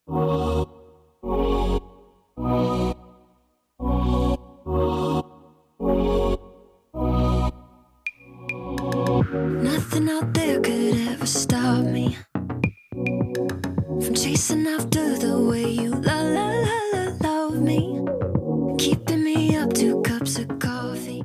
Nothing out there could ever stop me from chasing after the way you love me, keeping me up 2 cups of coffee.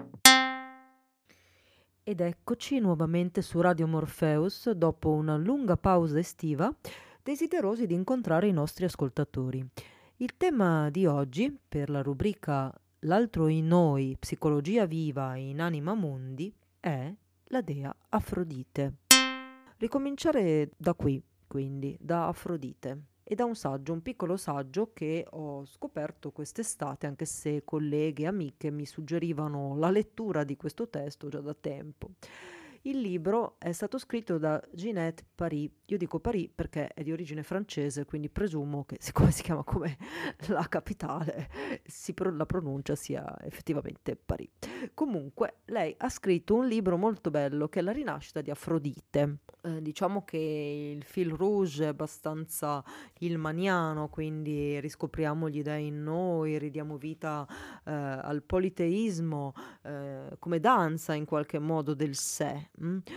Ed eccoci nuovamente su Radio Morpheus dopo una lunga pausa estiva, desiderosi di incontrare i nostri ascoltatori. Il tema di oggi, per la rubrica L'altro in noi, psicologia viva in anima mundi, è la dea Afrodite. Ricominciare da qui, quindi, da Afrodite. E da un piccolo saggio che ho scoperto quest'estate, anche se colleghe e amiche mi suggerivano la lettura di questo testo già da tempo. Il libro è stato scritto da Ginette Paris. Io dico Paris perché è di origine francese, quindi presumo che, siccome si chiama come la capitale, la pronuncia sia effettivamente Paris. Comunque, lei ha scritto un libro molto bello che è La rinascita di Afrodite. Diciamo che il fil rouge è abbastanza ilmaniano, quindi riscopriamo gli dei in noi, ridiamo vita al politeismo come danza in qualche modo del sé.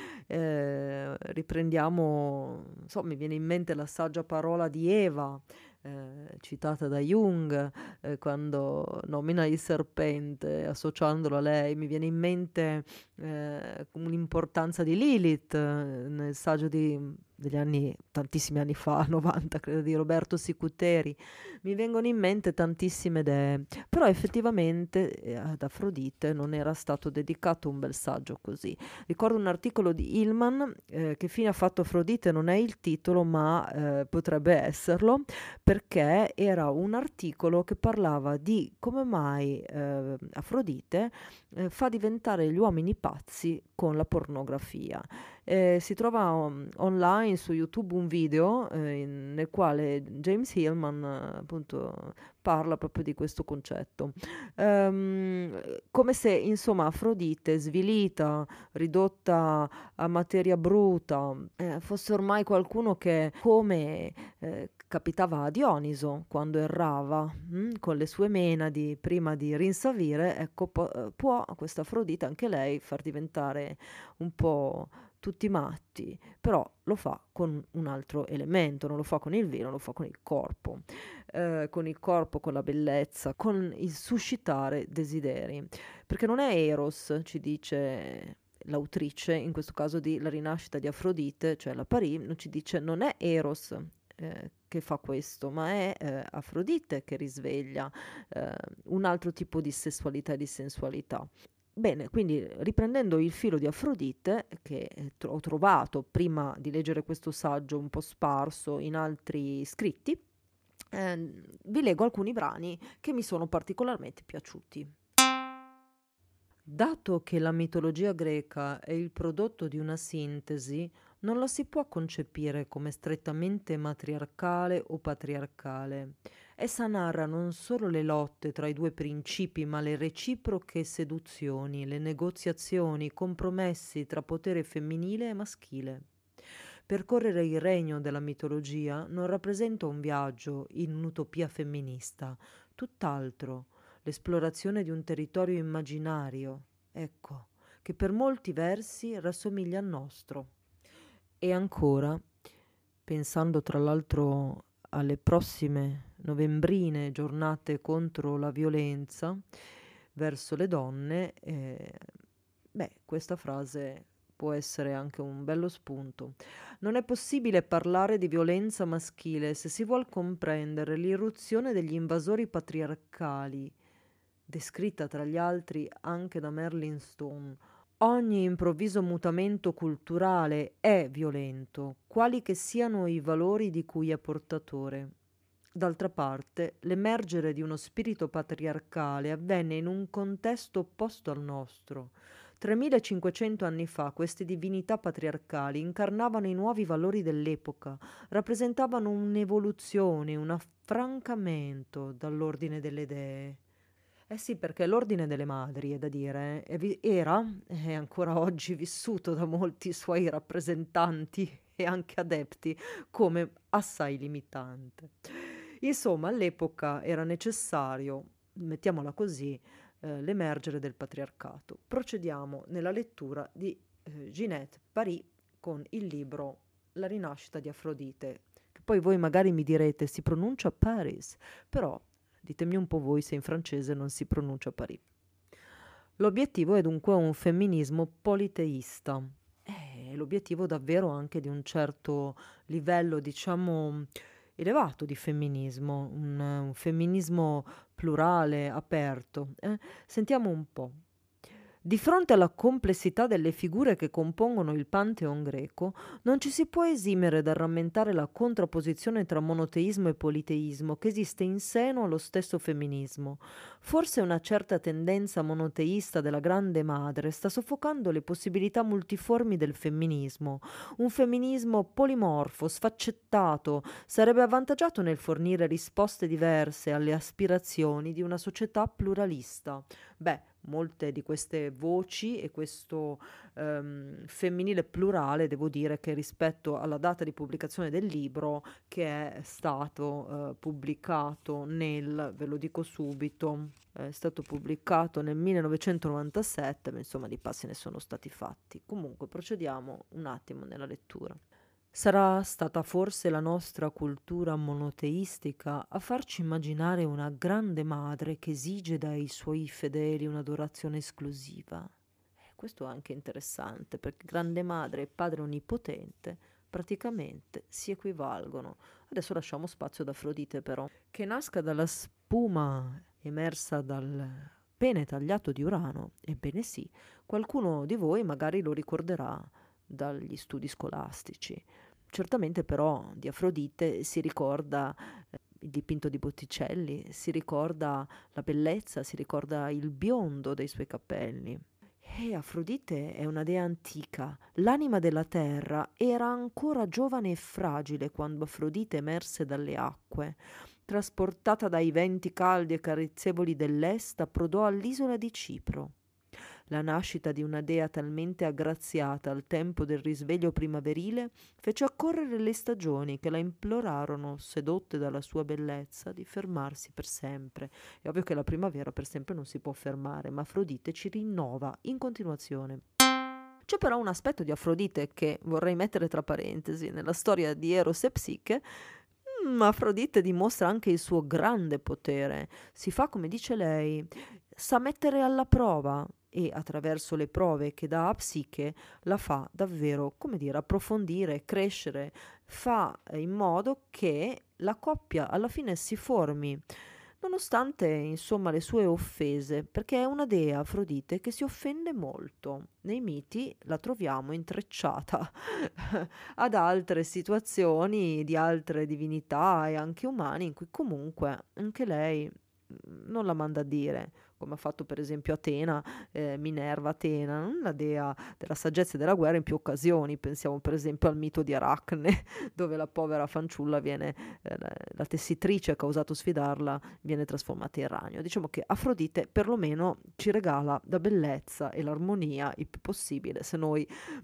Riprendiamo, mi viene in mente la saggia parola di Eva, citata da Jung, quando nomina il serpente associandolo a lei. Mi viene in mente un'importanza di Lilith nel saggio degli anni, tantissimi anni fa, 90 credo, di Roberto Sicuteri. Mi vengono in mente tantissime idee, però effettivamente ad Afrodite non era stato dedicato un bel saggio così. Ricordo un articolo di Hillman, Che fine ha fatto Afrodite non è il titolo, ma potrebbe esserlo, perché era un articolo che parlava di come mai Afrodite fa diventare gli uomini pazzi con la pornografia. Si trova online su YouTube un video nel quale James Hillman appunto parla proprio di questo concetto. Come se insomma Afrodite, svilita, ridotta a materia bruta, fosse ormai qualcuno che, come capitava a Dioniso quando errava con le sue menadi prima di rinsavire, ecco, può questa Afrodite anche lei far diventare un po' tutti matti, però lo fa con un altro elemento, non lo fa con il velo, lo fa con il corpo, con la bellezza, con il suscitare desideri, perché non è Eros, ci dice l'autrice, in questo caso di La rinascita di Afrodite, cioè la Paris, non ci dice non è Eros che fa questo, ma è Afrodite che risveglia un altro tipo di sessualità e di sensualità. Bene, quindi riprendendo il filo di Afrodite, che ho trovato prima di leggere questo saggio un po' sparso in altri scritti, vi leggo alcuni brani che mi sono particolarmente piaciuti. Dato che la mitologia greca è il prodotto di una sintesi, non la si può concepire come strettamente matriarcale o patriarcale. Essa narra non solo le lotte tra i due principi, ma le reciproche seduzioni, le negoziazioni, i compromessi tra potere femminile e maschile. Percorrere il regno della mitologia non rappresenta un viaggio in un'utopia femminista, tutt'altro, l'esplorazione di un territorio immaginario, ecco, che per molti versi rassomiglia al nostro. E ancora, pensando tra l'altro alle prossime novembrine giornate contro la violenza verso le donne, questa frase può essere anche un bello spunto. Non è possibile parlare di violenza maschile se si vuol comprendere l'irruzione degli invasori patriarcali, descritta tra gli altri anche da Merlin Stone. Ogni improvviso mutamento culturale è violento, quali che siano i valori di cui è portatore. D'altra parte, l'emergere di uno spirito patriarcale avvenne in un contesto opposto al nostro. 3500 anni fa queste divinità patriarcali incarnavano i nuovi valori dell'epoca, rappresentavano un'evoluzione, un affrancamento dall'ordine delle dee. Eh sì, perché l'ordine delle madri, è da dire, era e ancora oggi vissuto da molti suoi rappresentanti e anche adepti come assai limitante. Insomma, all'epoca era necessario, mettiamola così, l'emergere del patriarcato. Procediamo nella lettura di Ginette Paris con il libro La rinascita di Afrodite, che poi voi magari mi direte si pronuncia Paris, però ditemi un po' voi se in francese non si pronuncia Paris. L'obiettivo è dunque un femminismo politeista. È l'obiettivo davvero anche di un certo livello, diciamo, elevato di femminismo, un femminismo plurale, aperto. Sentiamo un po'. Di fronte alla complessità delle figure che compongono il Pantheon greco, non ci si può esimere dal rammentare la contrapposizione tra monoteismo e politeismo che esiste in seno allo stesso femminismo. Forse una certa tendenza monoteista della Grande Madre sta soffocando le possibilità multiformi del femminismo. Un femminismo polimorfo, sfaccettato, sarebbe avvantaggiato nel fornire risposte diverse alle aspirazioni di una società pluralista. Beh, molte di queste voci e questo femminile plurale, devo dire che rispetto alla data di pubblicazione del libro, che è stato pubblicato ve lo dico subito, è stato pubblicato nel 1997, ma insomma di passi ne sono stati fatti. Comunque procediamo un attimo nella lettura. Sarà stata forse la nostra cultura monoteistica a farci immaginare una grande madre che esige dai suoi fedeli un'adorazione esclusiva. Questo è anche interessante, perché grande madre e padre onnipotente praticamente si equivalgono. Adesso lasciamo spazio ad Afrodite però, che nasca dalla spuma emersa dal pene tagliato di Urano. Ebbene sì, qualcuno di voi magari lo ricorderà dagli studi scolastici. Certamente però di Afrodite si ricorda il dipinto di Botticelli, si ricorda la bellezza, si ricorda il biondo dei suoi capelli. E Afrodite è una dea antica. L'anima della terra era ancora giovane e fragile quando Afrodite emerse dalle acque. Trasportata dai venti caldi e carezzevoli dell'est, approdò all'isola di Cipro. La nascita di una dea talmente aggraziata al tempo del risveglio primaverile fece accorrere le stagioni che la implorarono, sedotte dalla sua bellezza, di fermarsi per sempre. È ovvio che la primavera per sempre non si può fermare, ma Afrodite ci rinnova in continuazione. C'è però un aspetto di Afrodite che vorrei mettere tra parentesi. Nella storia di Eros e Psiche, Afrodite dimostra anche il suo grande potere. Si fa come dice lei, sa mettere alla prova, e attraverso le prove che dà a Psiche la fa davvero, come dire, approfondire, crescere, fa in modo che la coppia alla fine si formi, nonostante insomma le sue offese, perché è una dea Afrodite che si offende molto. Nei miti la troviamo intrecciata ad altre situazioni di altre divinità e anche umani in cui comunque anche lei non la manda a dire, come ha fatto per esempio Atena, Minerva Atena, la dea della saggezza e della guerra in più occasioni. Pensiamo per esempio al mito di Aracne, dove la povera fanciulla viene, la tessitrice che ha osato sfidarla, viene trasformata in ragno. Diciamo che Afrodite perlomeno ci regala la bellezza e l'armonia il più possibile, se noi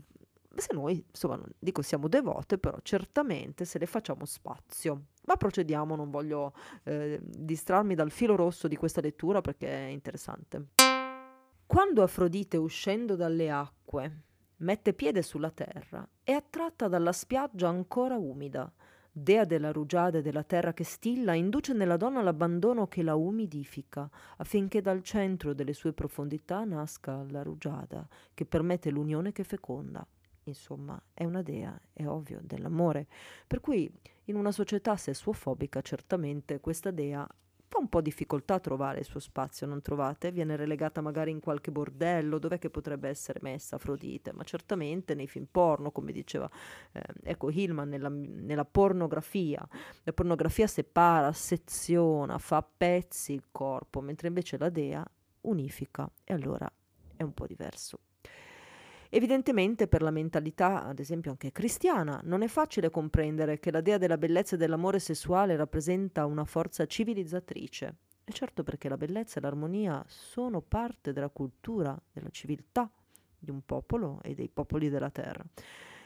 insomma, non dico siamo devote, però certamente se le facciamo spazio. Ma procediamo, non voglio distrarmi dal filo rosso di questa lettura perché è interessante. Quando Afrodite, uscendo dalle acque, mette piede sulla terra, è attratta dalla spiaggia ancora umida. Dea della rugiada e della terra che stilla, induce nella donna l'abbandono che la umidifica, affinché dal centro delle sue profondità nasca la rugiada, che permette l'unione che feconda. Insomma, è una dea, è ovvio, dell'amore. Per cui in una società sessuofobica certamente questa dea fa un po' difficoltà a trovare il suo spazio, non trovate? Viene relegata magari in qualche bordello, dov'è che potrebbe essere messa Afrodite? Ma certamente nei film porno, come diceva ecco Hillman, nella pornografia. La pornografia separa, seziona, fa a pezzi il corpo, mentre invece la dea unifica, e allora è un po' diverso. Evidentemente per la mentalità, ad esempio anche cristiana, non è facile comprendere che la dea della bellezza e dell'amore sessuale rappresenta una forza civilizzatrice. E certo, perché la bellezza e l'armonia sono parte della cultura, della civiltà di un popolo e dei popoli della terra.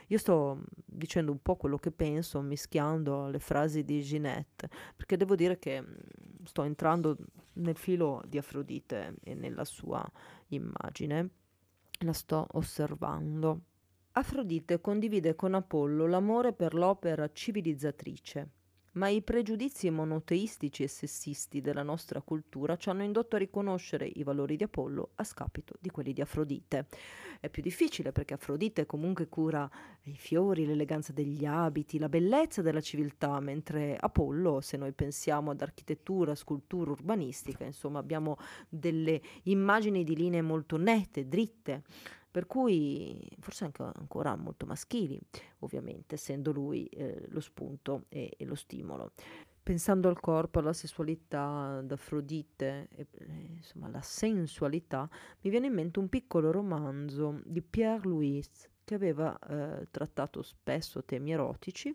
Io sto dicendo un po' quello che penso, mischiando le frasi di Ginette, perché devo dire che sto entrando nel filo di Afrodite e nella sua immagine, la sto osservando. Afrodite condivide con Apollo l'amore per l'opera civilizzatrice, ma i pregiudizi monoteistici e sessisti della nostra cultura ci hanno indotto a riconoscere i valori di Apollo a scapito di quelli di Afrodite. È più difficile perché Afrodite comunque cura i fiori, l'eleganza degli abiti, la bellezza della civiltà, mentre Apollo, se noi pensiamo ad architettura, scultura, urbanistica, insomma abbiamo delle immagini di linee molto nette, dritte, per cui forse anche ancora molto maschili, ovviamente, essendo lui lo spunto e lo stimolo. Pensando al corpo, alla sessualità, ad Afrodite, insomma alla sensualità, mi viene in mente un piccolo romanzo di Pierre Louis che aveva trattato spesso temi erotici,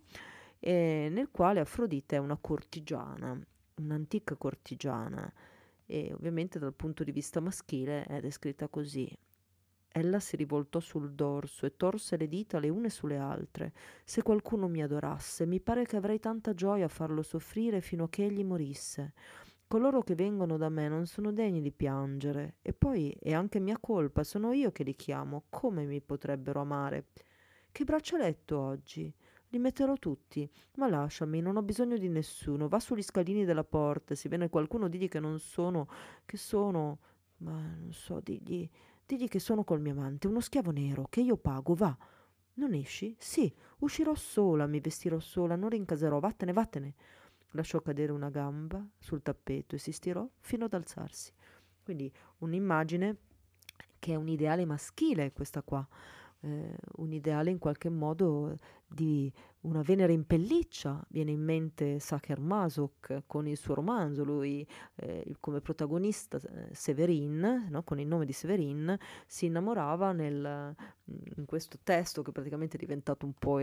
nel quale Afrodite è una cortigiana, un'antica cortigiana, e ovviamente dal punto di vista maschile è descritta così. Ella si rivoltò sul dorso e torse le dita le une sulle altre. Se qualcuno mi adorasse, mi pare che avrei tanta gioia a farlo soffrire fino a che egli morisse. Coloro che vengono da me non sono degni di piangere. E poi è anche mia colpa, sono io che li chiamo. Come mi potrebbero amare? Che braccialetto oggi? Li metterò tutti. Ma lasciami, non ho bisogno di nessuno. Va sugli scalini della porta. Se viene qualcuno, digli che non sono... che sono... ma non so, digli che sono col mio amante, uno schiavo nero, che io pago, va. Non esci? Sì, uscirò sola, mi vestirò sola, non rincaserò, vattene, vattene. Lasciò cadere una gamba sul tappeto e si stirò fino ad alzarsi. Quindi un'immagine che è un ideale maschile, questa qua. Un ideale in qualche modo di una Venere in pelliccia. Viene in mente Sacher Masok con il suo romanzo, lui come protagonista Severin, no? Con il nome di Severin, si innamorava in questo testo che praticamente è diventato un po'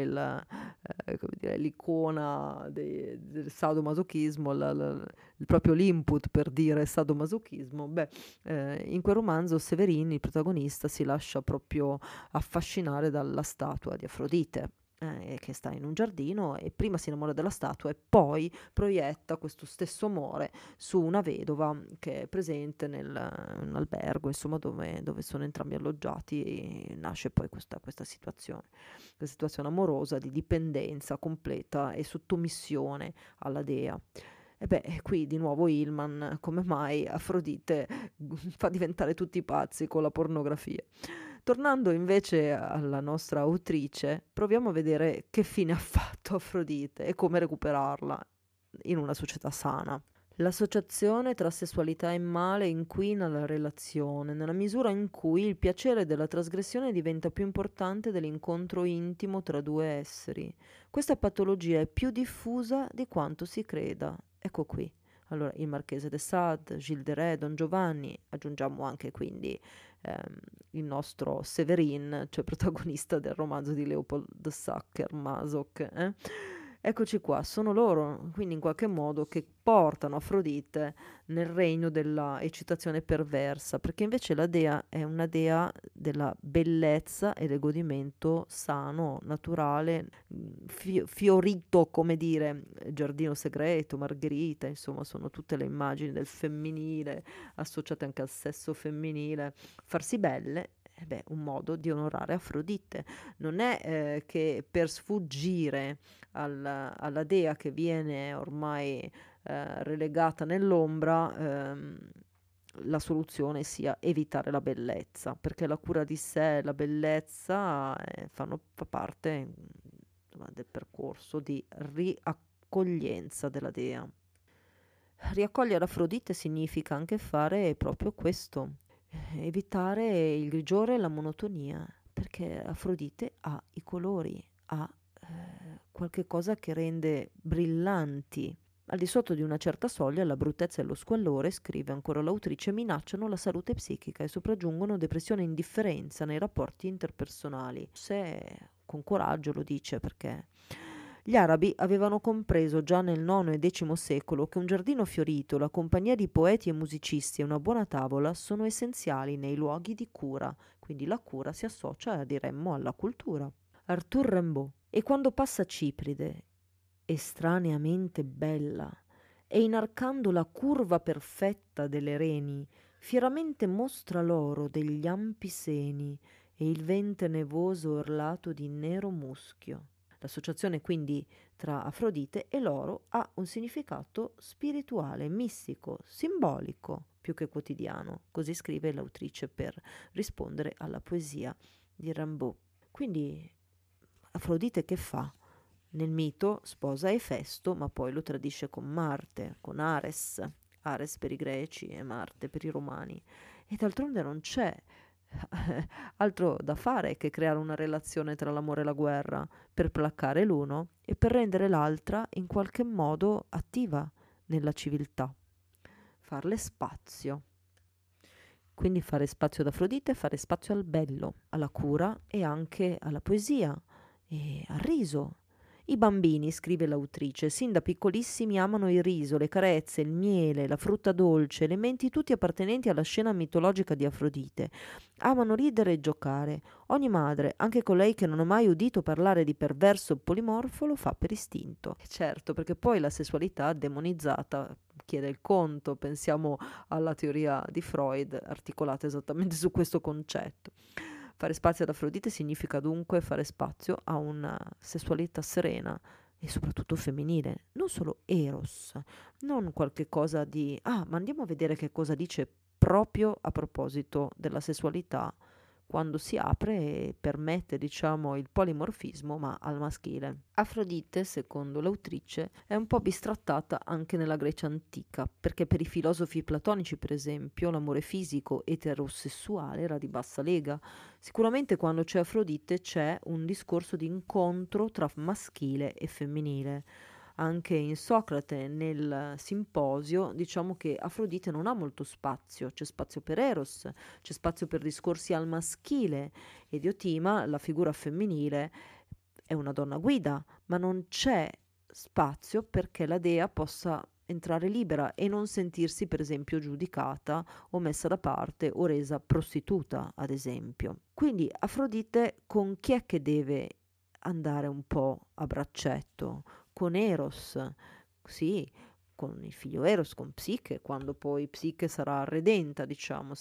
come dire, l'icona del sadomasochismo, proprio l'input per dire sadomasochismo. Beh, in quel romanzo Severin, il protagonista, si lascia proprio affascinare dalla statua di Afrodite, che sta in un giardino, e prima si innamora della statua e poi proietta questo stesso amore su una vedova che è presente in un albergo, insomma, dove sono entrambi alloggiati, e nasce poi questa situazione amorosa di dipendenza completa e sottomissione alla dea. E beh, qui di nuovo Hillman, come mai Afrodite fa diventare tutti pazzi con la pornografia. Tornando invece alla nostra autrice, proviamo a vedere che fine ha fatto Afrodite e come recuperarla in una società sana. L'associazione tra sessualità e male inquina la relazione, nella misura in cui il piacere della trasgressione diventa più importante dell'incontro intimo tra due esseri. Questa patologia è più diffusa di quanto si creda. Ecco qui. Allora, il Marchese de Sade, Gilles de Rais, Don Giovanni, aggiungiamo anche quindi il nostro Severin, cioè protagonista del romanzo di Leopold Sacher Masoch. Eccoci qua, sono loro, quindi in qualche modo, che portano Afrodite nel regno della eccitazione perversa, perché invece la dea è una dea della bellezza e del godimento sano, naturale, fiorito, come dire, giardino segreto, Margherita, insomma, sono tutte le immagini del femminile, associate anche al sesso femminile, farsi belle. Un modo di onorare Afrodite. Non è che per sfuggire alla dea che viene ormai relegata nell'ombra, la soluzione sia evitare la bellezza, perché la cura di sé, la bellezza fa parte del percorso di riaccoglienza della dea. Riaccogliere Afrodite significa anche fare proprio questo, evitare il grigiore e la monotonia, perché Afrodite ha i colori, ha qualche cosa che rende brillanti. Al di sotto di una certa soglia la bruttezza e lo squallore, scrive ancora l'autrice, minacciano la salute psichica e sopraggiungono depressione e indifferenza nei rapporti interpersonali. Se con coraggio lo dice, perché gli arabi avevano compreso già nel IX e X secolo che un giardino fiorito, la compagnia di poeti e musicisti e una buona tavola sono essenziali nei luoghi di cura, quindi la cura si associa, diremmo, alla cultura. Arthur Rimbaud. E quando passa Cipride, estraneamente bella, e inarcando la curva perfetta delle reni, fieramente mostra l'oro degli ampi seni e il ventre nevoso orlato di nero muschio. L'associazione quindi tra Afrodite e l'oro ha un significato spirituale, mistico, simbolico, più che quotidiano, così scrive l'autrice per rispondere alla poesia di Rimbaud. Quindi Afrodite che fa? Nel mito sposa Efesto, ma poi lo tradisce con Marte, con Ares, Ares per i greci e Marte per i romani. E d'altronde non c'è altro da fare che creare una relazione tra l'amore e la guerra per placare l'uno e per rendere l'altra in qualche modo attiva nella civiltà. Farle spazio. Quindi fare spazio ad Afrodite, fare spazio al bello, alla cura e anche alla poesia e al riso. I bambini, scrive l'autrice, sin da piccolissimi amano il riso, le carezze, il miele, la frutta dolce, elementi tutti appartenenti alla scena mitologica di Afrodite. Amano ridere e giocare. Ogni madre, anche colei che non ha mai udito parlare di perverso polimorfo, lo fa per istinto. Certo, perché poi la sessualità demonizzata chiede il conto. Pensiamo alla teoria di Freud, articolata esattamente su questo concetto. Fare spazio ad Afrodite significa dunque fare spazio a una sessualità serena e soprattutto femminile, non solo eros, non qualche cosa di ma andiamo a vedere che cosa dice proprio a proposito della sessualità quando si apre e permette, diciamo, il polimorfismo, ma al maschile. Afrodite, secondo l'autrice, è un po' bistrattata anche nella Grecia antica, perché per i filosofi platonici, per esempio, l'amore fisico eterosessuale era di bassa lega. Sicuramente quando c'è Afrodite c'è un discorso di incontro tra maschile e femminile. Anche in Socrate, nel Simposio, diciamo che Afrodite non ha molto spazio, c'è spazio per Eros, c'è spazio per discorsi al maschile, e Diotima, la figura femminile, è una donna guida, ma non c'è spazio perché la dea possa entrare libera e non sentirsi per esempio giudicata o messa da parte o resa prostituta, ad esempio. Quindi Afrodite con chi è che deve andare un po' a braccetto? Con Eros, sì, con il figlio Eros, con Psiche, quando poi Psiche sarà redenta, diciamo,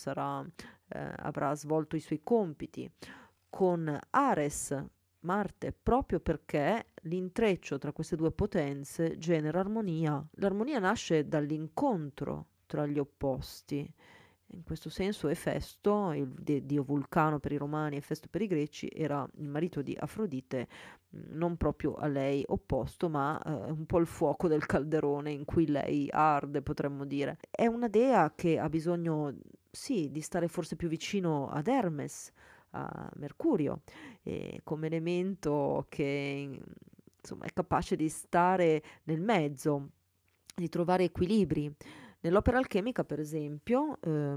avrà svolto i suoi compiti, con Ares, Marte, proprio perché l'intreccio tra queste due potenze genera armonia. L'armonia nasce dall'incontro tra gli opposti. In questo senso Efesto, il dio Vulcano per i romani e Efesto per i greci, era il marito di Afrodite, non proprio a lei opposto, ma un po' il fuoco del calderone in cui lei arde, potremmo dire. È una dea che ha bisogno, sì, di stare forse più vicino ad Hermes, a Mercurio, come elemento che insomma è capace di stare nel mezzo, di trovare equilibri. Nell'opera alchemica, per esempio,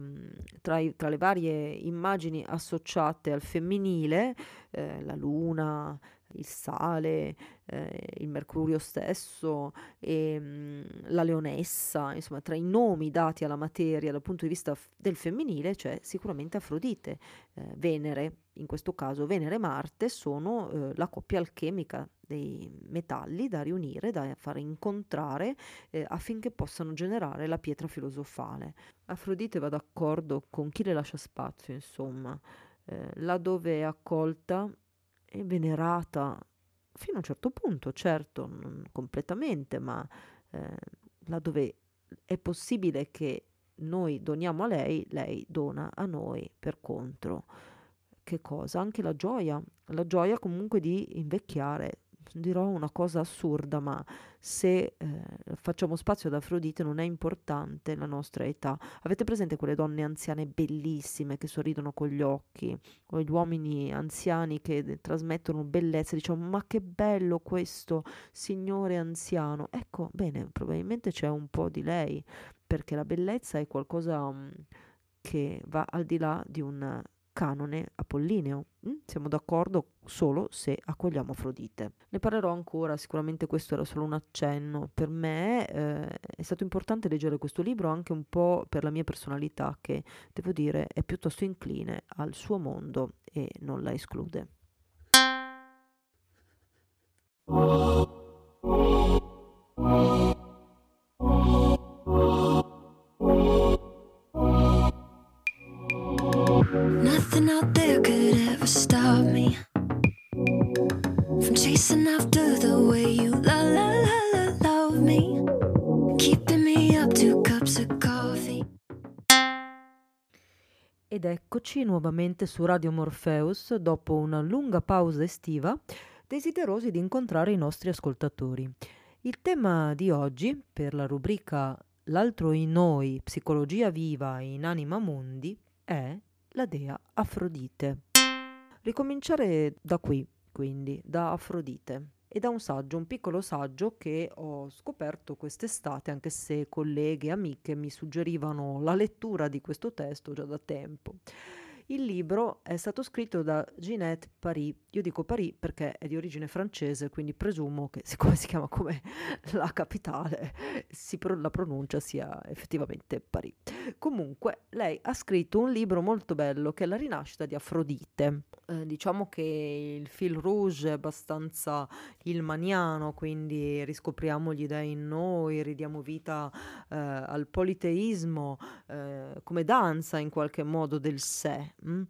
tra le varie immagini associate al femminile, la luna, il sale, il mercurio stesso, la leonessa, insomma, tra i nomi dati alla materia dal punto di vista del femminile c'è sicuramente Afrodite. Venere, in questo caso Venere e Marte, sono la coppia alchemica dei metalli da riunire, da far incontrare affinché possano generare la pietra filosofale. Afrodite va d'accordo con chi le lascia spazio, insomma, là dove è accolta e venerata fino a un certo punto, certo, non completamente, ma là dove è possibile che noi doniamo a lei, lei dona a noi per contro. Che cosa? Anche la gioia comunque di invecchiare. Dirò una cosa assurda, ma se facciamo spazio ad Afrodite non è importante la nostra età. Avete presente quelle donne anziane bellissime che sorridono con gli occhi, o gli uomini anziani che trasmettono bellezza, diciamo ma che bello questo signore anziano. Ecco, bene, probabilmente c'è un po' di lei, perché la bellezza è qualcosa che va al di là di un canone apollineo. Siamo d'accordo solo se accogliamo Afrodite. Ne parlerò ancora, sicuramente questo era solo un accenno. Per me è stato importante leggere questo libro anche un po' per la mia personalità che, devo dire, è piuttosto incline al suo mondo e non la esclude. Nothing out there could ever stop me from chasing after the way you love me, keeping me up 2 cups of coffee. Ed eccoci nuovamente su Radio Morpheus dopo una lunga pausa estiva, desiderosi di incontrare i nostri ascoltatori. Il tema di oggi, per la rubrica L'altro in noi, psicologia viva in anima mundi, è la dea Afrodite. Ricominciare da qui, quindi, da Afrodite. E da un saggio, un piccolo saggio che ho scoperto quest'estate, anche se colleghe e amiche mi suggerivano la lettura di questo testo già da tempo. Il libro è stato scritto da Ginette Paris. Io dico Paris perché è di origine francese, quindi presumo che, siccome si chiama come la capitale, la pronuncia sia effettivamente Paris. Comunque, lei ha scritto un libro molto bello che è La rinascita di Afrodite. Diciamo che il fil rouge è abbastanza ilmaniano, quindi riscopriamo gli dei in noi, ridiamo vita al politeismo come danza in qualche modo del sé.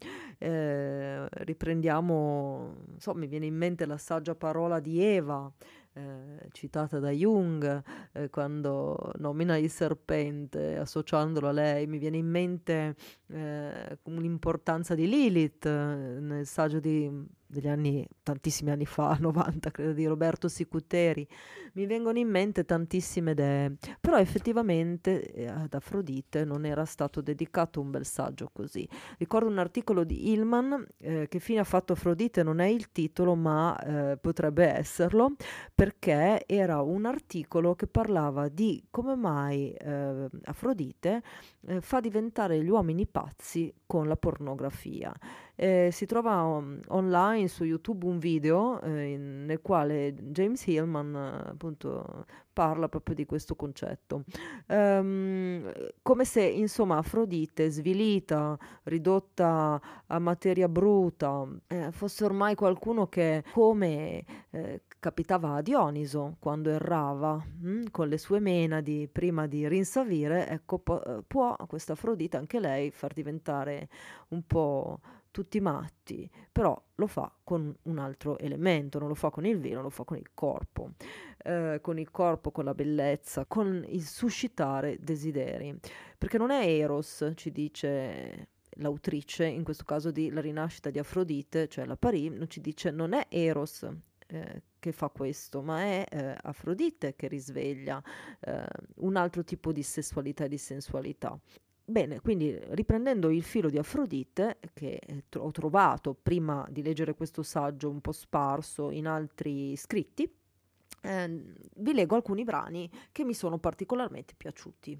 Riprendiamo, mi viene in mente la saggia parola di Eva, citata da Jung, quando nomina il serpente associandolo a lei. Mi viene in mente l'importanza di Lilith nel saggio degli anni, tantissimi anni fa, 90 credo, di Roberto Sicuteri. Mi vengono in mente tantissime idee, però effettivamente ad Afrodite non era stato dedicato un bel saggio così. Ricordo un articolo di Hillman, Che fine ha fatto Afrodite non è il titolo, ma potrebbe esserlo, perché era un articolo che parlava di come mai Afrodite fa diventare gli uomini pazzi con la pornografia. Si trova online su YouTube un video nel quale James Hillman appunto parla proprio di questo concetto. Come se insomma Afrodite, svilita, ridotta a materia bruta, fosse ormai qualcuno che, come capitava a Dioniso quando errava con le sue menadi prima di rinsavire, ecco, può questa Afrodite anche lei far diventare un po' tutti matti, però lo fa con un altro elemento, non lo fa con il vino, lo fa con il corpo, con la bellezza, con il suscitare desideri, perché non è Eros, ci dice l'autrice, in questo caso di La rinascita di Afrodite, cioè la Paris, non ci dice non è Eros che fa questo, ma è Afrodite che risveglia un altro tipo di sessualità e di sensualità. Bene, quindi riprendendo il filo di Afrodite, che ho trovato prima di leggere questo saggio un po' sparso in altri scritti, vi leggo alcuni brani che mi sono particolarmente piaciuti.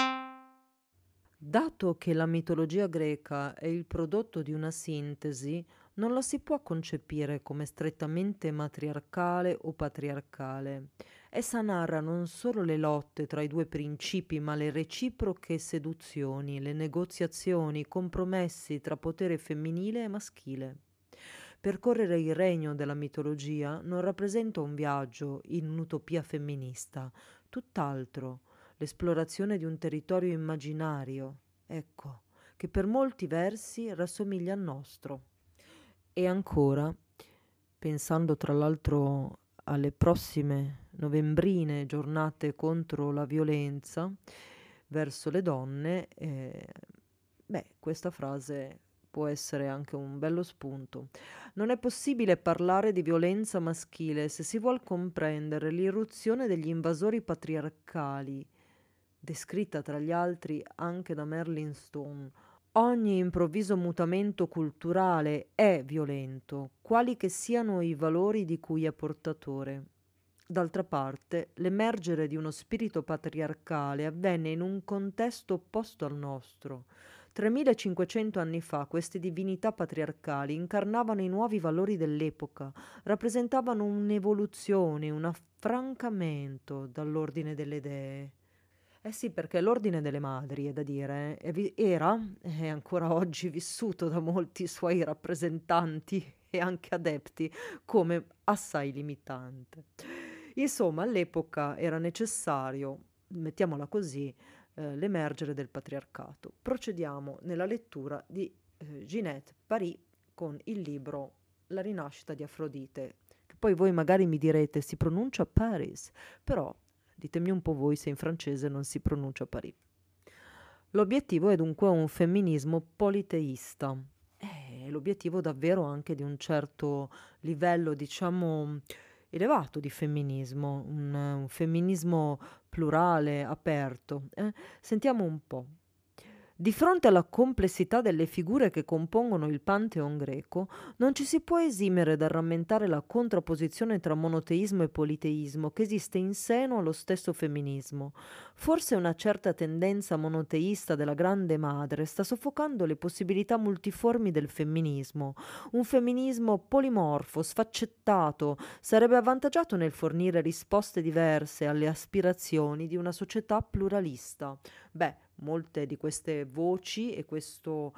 Dato che la mitologia greca è il prodotto di una sintesi, non la si può concepire come strettamente matriarcale o patriarcale. Essa narra non solo le lotte tra i due principi, ma le reciproche seduzioni, le negoziazioni, i compromessi tra potere femminile e maschile. Percorrere il regno della mitologia non rappresenta un viaggio in un'utopia femminista, tutt'altro, l'esplorazione di un territorio immaginario, ecco, che per molti versi rassomiglia al nostro. E ancora, pensando tra l'altro alle prossime novembrine giornate contro la violenza verso le donne, questa frase può essere anche un bello spunto. Non è possibile parlare di violenza maschile se si vuol comprendere l'irruzione degli invasori patriarcali, descritta tra gli altri anche da Merlin Stone. Ogni improvviso mutamento culturale è violento, quali che siano i valori di cui è portatore. D'altra parte, l'emergere di uno spirito patriarcale avvenne in un contesto opposto al nostro. 3500 anni fa queste divinità patriarcali incarnavano i nuovi valori dell'epoca, rappresentavano un'evoluzione, un affrancamento dall'ordine delle dee. Eh sì, perché l'ordine delle madri, è da dire, era e ancora oggi vissuto da molti suoi rappresentanti e anche adepti come assai limitante. Insomma, all'epoca era necessario, mettiamola così, l'emergere del patriarcato. Procediamo nella lettura di Ginette Paris con il libro La rinascita di Afrodite, che poi voi magari mi direte si pronuncia Paris, però ditemi un po' voi se in francese non si pronuncia Paris. L'obiettivo è dunque un femminismo politeista. È l'obiettivo davvero anche di un certo livello, diciamo, elevato di femminismo, un femminismo plurale, aperto. Sentiamo un po'. Di fronte alla complessità delle figure che compongono il Pantheon greco, non ci si può esimere dal rammentare la contrapposizione tra monoteismo e politeismo che esiste in seno allo stesso femminismo. Forse una certa tendenza monoteista della Grande Madre sta soffocando le possibilità multiformi del femminismo. Un femminismo polimorfo, sfaccettato, sarebbe avvantaggiato nel fornire risposte diverse alle aspirazioni di una società pluralista. Beh, molte di queste voci e questo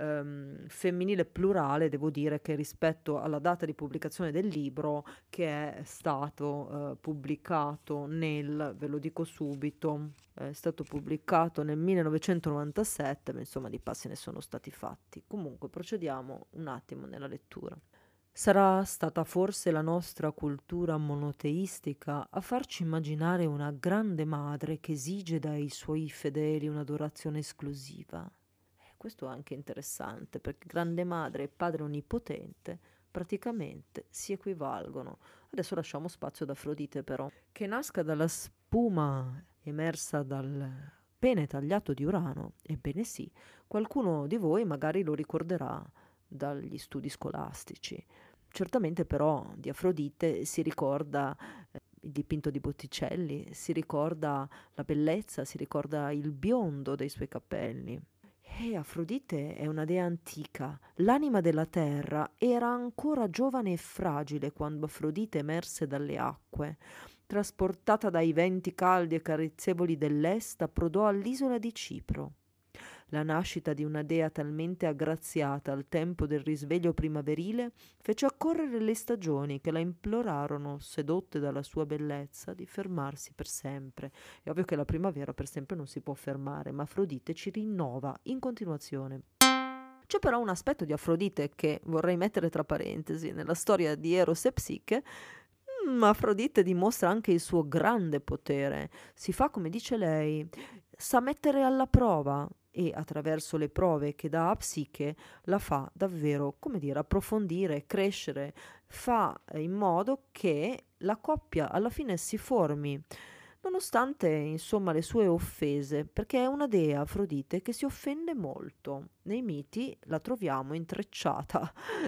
femminile plurale, devo dire che rispetto alla data di pubblicazione del libro, che è stato pubblicato ve lo dico subito, è stato pubblicato nel 1997, ma insomma di passi ne sono stati fatti. Comunque procediamo un attimo nella lettura. Sarà stata forse la nostra cultura monoteistica a farci immaginare una grande madre che esige dai suoi fedeli un'adorazione esclusiva. Questo è anche interessante, perché grande madre e padre onnipotente praticamente si equivalgono. Adesso lasciamo spazio ad Afrodite però, che nasca dalla spuma emersa dal pene tagliato di Urano. Ebbene sì, qualcuno di voi magari lo ricorderà dagli studi scolastici. Certamente però di Afrodite si ricorda il dipinto di Botticelli, si ricorda la bellezza, si ricorda il biondo dei suoi capelli. E Afrodite è una dea antica, l'anima della terra era ancora giovane e fragile quando Afrodite emerse dalle acque. Trasportata dai venti caldi e carezzevoli dell'est, approdò all'isola di Cipro. La nascita di una dea talmente aggraziata al tempo del risveglio primaverile fece accorrere le stagioni che la implorarono, sedotte dalla sua bellezza, di fermarsi per sempre. È ovvio che la primavera per sempre non si può fermare, ma Afrodite ci rinnova in continuazione. C'è però un aspetto di Afrodite che vorrei mettere tra parentesi. Nella storia di Eros e Psiche, Afrodite dimostra anche il suo grande potere. Si fa come dice lei, sa mettere alla prova e attraverso le prove che dà a Psiche la fa davvero, come dire, approfondire, crescere, fa in modo che la coppia alla fine si formi, nonostante insomma le sue offese, perché è una dea Afrodite che si offende molto. Nei miti la troviamo intrecciata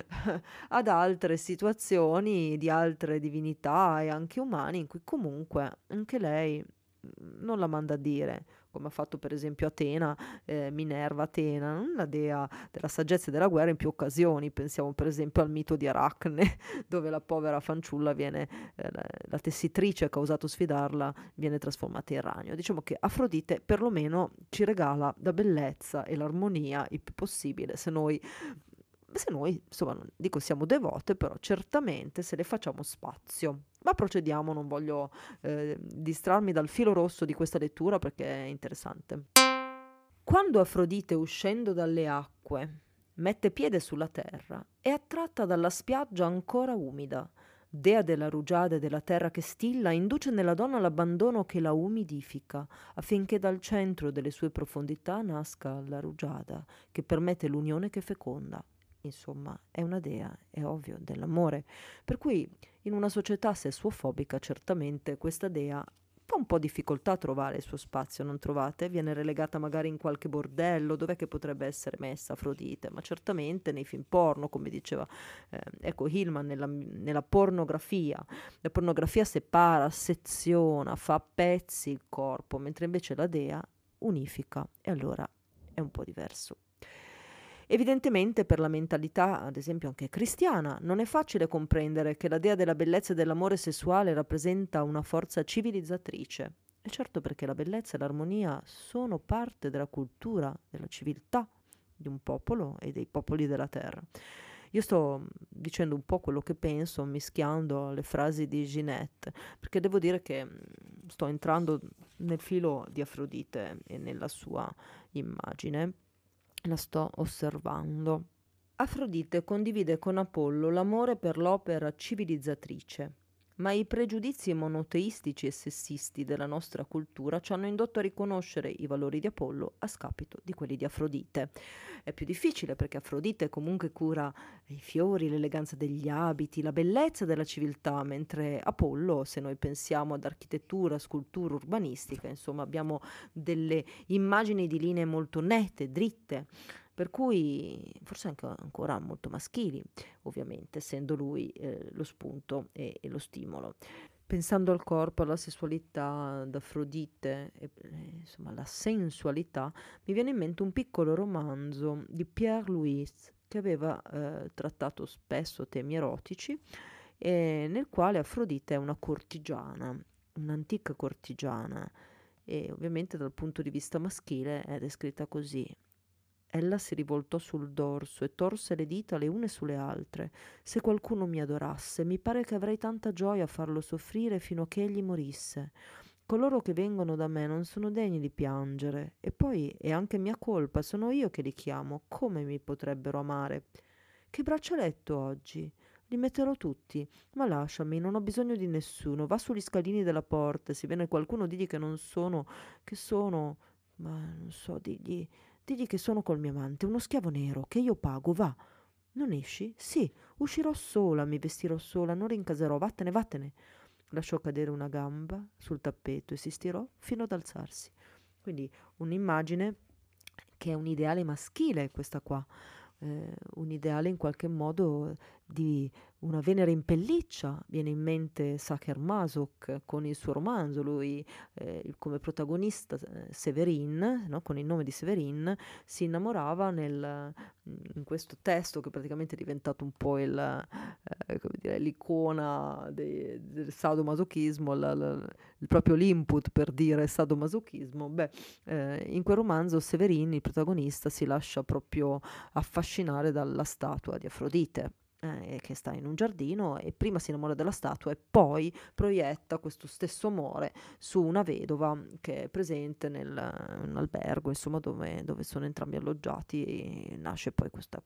ad altre situazioni di altre divinità e anche umani in cui comunque anche lei non la manda a dire, come ha fatto per esempio Atena, Minerva Atena, la dea della saggezza e della guerra in più occasioni. Pensiamo per esempio al mito di Aracne, dove la povera fanciulla viene, la tessitrice che ha osato sfidarla, viene trasformata in ragno. Diciamo che Afrodite perlomeno ci regala la bellezza e l'armonia il più possibile, se noi insomma, non dico siamo devote, però certamente se le facciamo spazio. Ma procediamo, non voglio distrarmi dal filo rosso di questa lettura perché è interessante. Quando Afrodite, uscendo dalle acque, mette piede sulla terra, è attratta dalla spiaggia ancora umida. Dea della rugiada e della terra che stilla, induce nella donna l'abbandono che la umidifica, affinché dal centro delle sue profondità nasca la rugiada, che permette l'unione che feconda. Insomma, è una dea, è ovvio, dell'amore. Per cui in una società sessuofobica certamente questa dea fa un po' difficoltà a trovare il suo spazio, non trovate? Viene relegata magari in qualche bordello, dov'è che potrebbe essere messa Afrodite? Ma certamente nei film porno, come diceva ecco Hillman, nella pornografia. La pornografia separa, seziona, fa a pezzi il corpo, mentre invece la dea unifica e allora è un po' diverso. Evidentemente per la mentalità, ad esempio anche cristiana, non è facile comprendere che la dea della bellezza e dell'amore sessuale rappresenta una forza civilizzatrice. E certo perché la bellezza e l'armonia sono parte della cultura, della civiltà di un popolo e dei popoli della terra. Io sto dicendo un po' quello che penso, mischiando le frasi di Ginette, perché devo dire che sto entrando nel filo di Afrodite e nella sua immagine, la sto osservando. Afrodite condivide con Apollo l'amore per l'opera civilizzatrice, ma i pregiudizi monoteistici e sessisti della nostra cultura ci hanno indotto a riconoscere i valori di Apollo a scapito di quelli di Afrodite. È più difficile perché Afrodite comunque cura i fiori, l'eleganza degli abiti, la bellezza della civiltà, mentre Apollo, se noi pensiamo ad architettura, scultura, urbanistica, insomma abbiamo delle immagini di linee molto nette, dritte, per cui forse anche ancora molto maschili, ovviamente, essendo lui lo spunto e lo stimolo. Pensando al corpo, alla sessualità, ad Afrodite, insomma alla sensualità, mi viene in mente un piccolo romanzo di Pierre Louis che aveva trattato spesso temi erotici, nel quale Afrodite è una cortigiana, un'antica cortigiana, e ovviamente dal punto di vista maschile è descritta così. Ella si rivoltò sul dorso e torse le dita le une sulle altre. Se qualcuno mi adorasse, mi pare che avrei tanta gioia a farlo soffrire fino a che egli morisse. Coloro che vengono da me non sono degni di piangere. E poi è anche mia colpa, sono io che li chiamo. Come mi potrebbero amare? Che braccialetto oggi? Li metterò tutti. Ma lasciami, non ho bisogno di nessuno. Va sugli scalini della porta. Se viene qualcuno, digli che non sono... che sono... ma non so, digli che sono col mio amante, uno schiavo nero, che io pago, va. Non esci? Sì, uscirò sola, mi vestirò sola, non rincaserò, vattene, vattene. Lasciò cadere una gamba sul tappeto e si stirò fino ad alzarsi. Quindi un'immagine che è un ideale maschile, questa qua. Un ideale in qualche modo di una Venere in pelliccia. Viene in mente Sacher Masok con il suo romanzo, lui come protagonista Severin, no? Con il nome di Severin, si innamorava in questo testo che praticamente è diventato un po' come dire, l'icona del sadomasochismo, proprio l'input per dire sadomasochismo. In quel romanzo Severin, il protagonista, si lascia proprio affascinare dalla statua di Afrodite, che sta in un giardino, e prima si innamora della statua e poi proietta questo stesso amore su una vedova che è presente un albergo, insomma, dove sono entrambi alloggiati, e nasce poi questa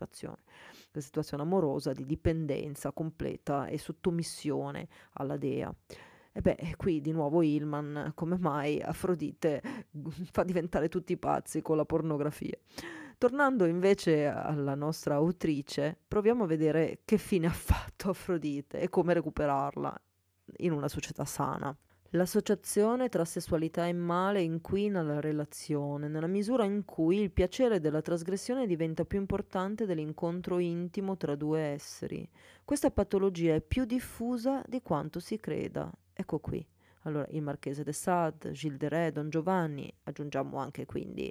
situazione amorosa di dipendenza completa e sottomissione alla dea. E qui di nuovo Hillman, come mai Afrodite fa diventare tutti pazzi con la pornografia. Tornando invece alla nostra autrice, proviamo a vedere che fine ha fatto Afrodite e come recuperarla in una società sana. L'associazione tra sessualità e male inquina la relazione, nella misura in cui il piacere della trasgressione diventa più importante dell'incontro intimo tra due esseri. Questa patologia è più diffusa di quanto si creda. Ecco qui. Allora, il Marchese de Sade, Gilles de Rais, Don Giovanni, aggiungiamo anche quindi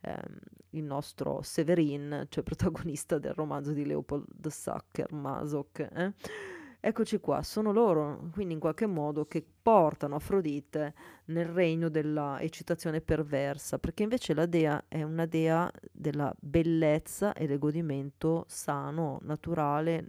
il nostro Severin, cioè protagonista del romanzo di Leopold Sacher Masoch. Eccoci qua, sono loro, quindi in qualche modo, che portano Afrodite nel regno della eccitazione perversa, perché invece la dea è una dea della bellezza e del godimento sano, naturale,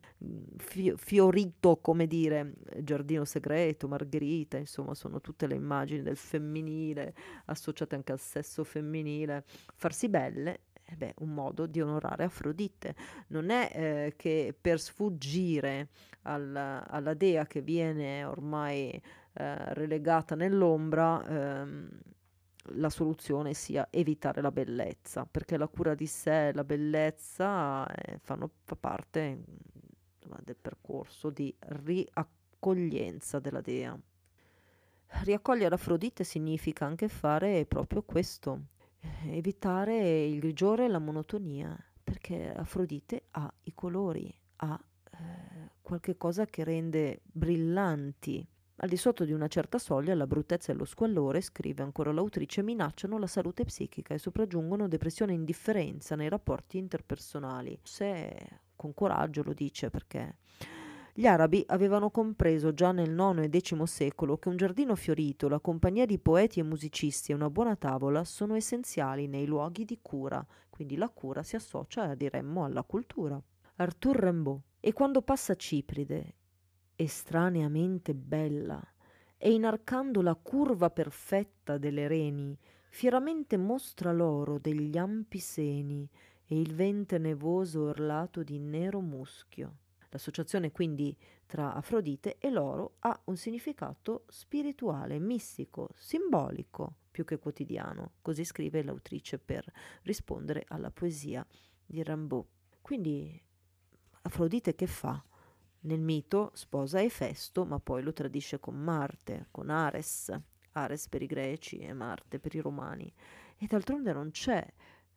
fiorito, come dire, giardino segreto, Margherita, insomma, sono tutte le immagini del femminile associate anche al sesso femminile. Farsi belle, un modo di onorare Afrodite. Non è che per sfuggire alla dea che viene ormai relegata nell'ombra, la soluzione sia evitare la bellezza, perché la cura di sé e la bellezza fa parte, insomma, del percorso di riaccoglienza della dea. Riaccogliere Afrodite significa anche fare proprio questo, evitare il grigiore e la monotonia, perché Afrodite ha i colori, ha qualche cosa che rende brillanti. Al di sotto di una certa soglia la bruttezza e lo squallore, scrive ancora l'autrice, minacciano la salute psichica e sopraggiungono depressione e indifferenza nei rapporti interpersonali. Se con coraggio lo dice, perché gli arabi avevano compreso già nel IX e X secolo che un giardino fiorito, la compagnia di poeti e musicisti e una buona tavola sono essenziali nei luoghi di cura, quindi la cura si associa, diremmo, alla cultura. Arthur Rimbaud. E quando passa Cipride, estraneamente bella, e inarcando la curva perfetta delle reni, fieramente mostra l'oro degli ampi seni e il ventre nevoso orlato di nero muschio. L'associazione quindi tra Afrodite e l'oro ha un significato spirituale, mistico, simbolico, più che quotidiano, così scrive l'autrice per rispondere alla poesia di Rimbaud. Quindi Afrodite che fa? Nel mito sposa Efesto, ma poi lo tradisce con Marte, con Ares, Ares per i greci e Marte per i romani. E d'altronde non c'è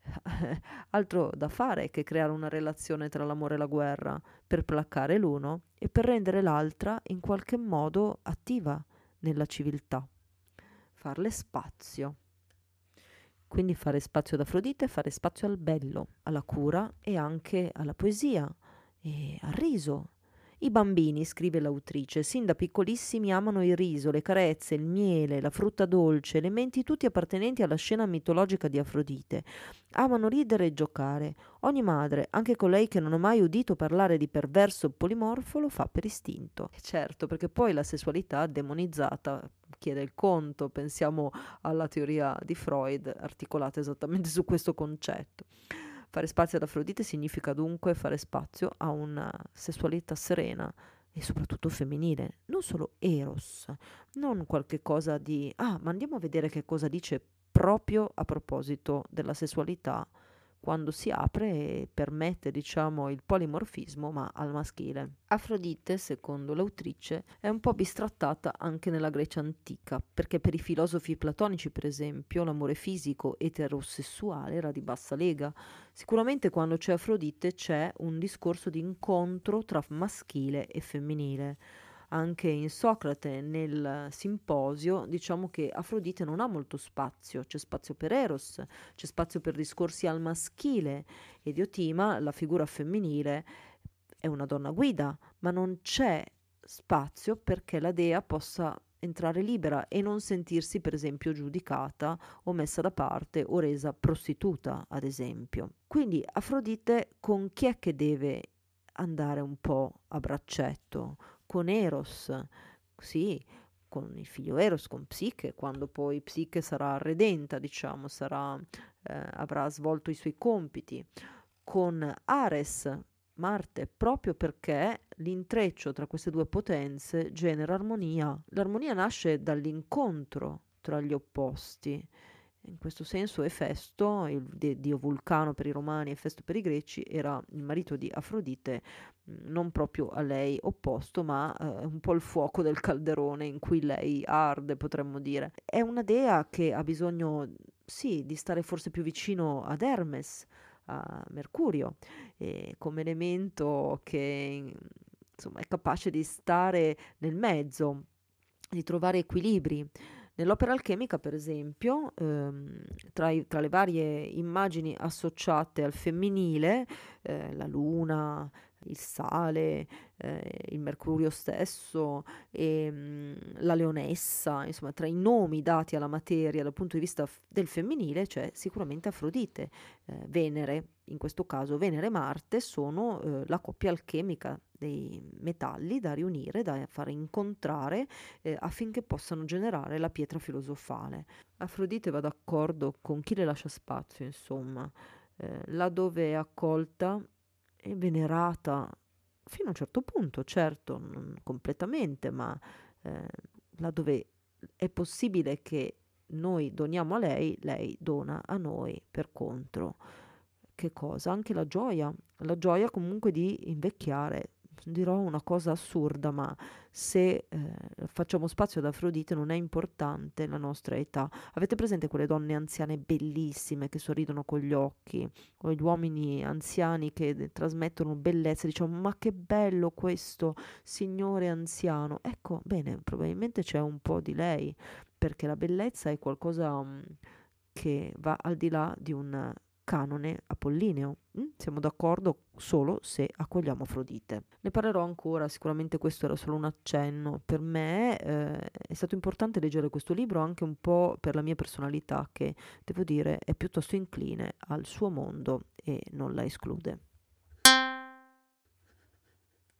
altro da fare che creare una relazione tra l'amore e la guerra per placare l'uno e per rendere l'altra in qualche modo attiva nella civiltà. Farle spazio. Quindi fare spazio ad Afrodite, fare spazio al bello, alla cura e anche alla poesia e al riso. I bambini, scrive l'autrice, sin da piccolissimi amano il riso, le carezze, il miele, la frutta dolce, elementi tutti appartenenti alla scena mitologica di Afrodite. Amano ridere e giocare. Ogni madre, anche colei che non ha mai udito parlare di perverso polimorfo, lo fa per istinto. E certo, perché poi la sessualità demonizzata chiede il conto. Pensiamo alla teoria di Freud, articolata esattamente su questo concetto. Fare spazio ad Afrodite significa dunque fare spazio a una sessualità serena e soprattutto femminile, non solo eros, non qualche cosa di ma andiamo a vedere che cosa dice proprio a proposito della sessualità quando si apre e permette, diciamo, il polimorfismo, ma al maschile. Afrodite, secondo l'autrice, è un po' bistrattata anche nella Grecia antica, perché per i filosofi platonici, per esempio, l'amore fisico eterosessuale era di bassa lega. Sicuramente quando c'è Afrodite c'è un discorso di incontro tra maschile e femminile. Anche in Socrate, nel Simposio, diciamo che Afrodite non ha molto spazio, c'è spazio per Eros, c'è spazio per discorsi al maschile, e Diotima, la figura femminile, è una donna guida, ma non c'è spazio perché la dea possa entrare libera e non sentirsi, per esempio, giudicata o messa da parte o resa prostituta, ad esempio. Quindi Afrodite con chi è che deve andare un po' a braccetto? Con Eros, sì, con il figlio Eros, con Psiche, quando poi Psiche sarà redenta, diciamo, avrà svolto i suoi compiti, con Ares, Marte, proprio perché l'intreccio tra queste due potenze genera armonia. L'armonia nasce dall'incontro tra gli opposti. In questo senso Efesto, il dio Vulcano per i romani, Efesto per i greci, era il marito di Afrodite, non proprio a lei opposto, ma un po' il fuoco del calderone in cui lei arde, potremmo dire. È una dea che ha bisogno, sì, di stare forse più vicino ad Hermes, a Mercurio, come elemento che insomma è capace di stare nel mezzo, di trovare equilibri. Nell'opera alchemica, per esempio, tra le varie immagini associate al femminile, la luna, il sale, il mercurio stesso, la leonessa, insomma, tra i nomi dati alla materia dal punto di vista del femminile c'è sicuramente Afrodite. Venere, in questo caso Venere e Marte, sono la coppia alchemica dei metalli da riunire, da fare incontrare affinché possano generare la pietra filosofale. Afrodite va d'accordo con chi le lascia spazio, insomma, laddove è accolta e venerata fino a un certo punto, certo, non completamente, ma laddove è possibile che noi doniamo a lei, lei dona a noi per contro. Che cosa? Anche la gioia comunque di invecchiare. Dirò una cosa assurda, ma se facciamo spazio ad Afrodite non è importante la nostra età. Avete presente quelle donne anziane bellissime che sorridono con gli occhi, o gli uomini anziani che trasmettono bellezza, diciamo ma che bello questo signore anziano. Ecco, bene, probabilmente c'è un po' di lei, perché la bellezza è qualcosa che va al di là di un canone apollineo. Siamo d'accordo solo se accogliamo Afrodite. Ne parlerò ancora, sicuramente questo era solo un accenno. Per me è stato importante leggere questo libro anche un po' per la mia personalità che, devo dire, è piuttosto incline al suo mondo e non la esclude.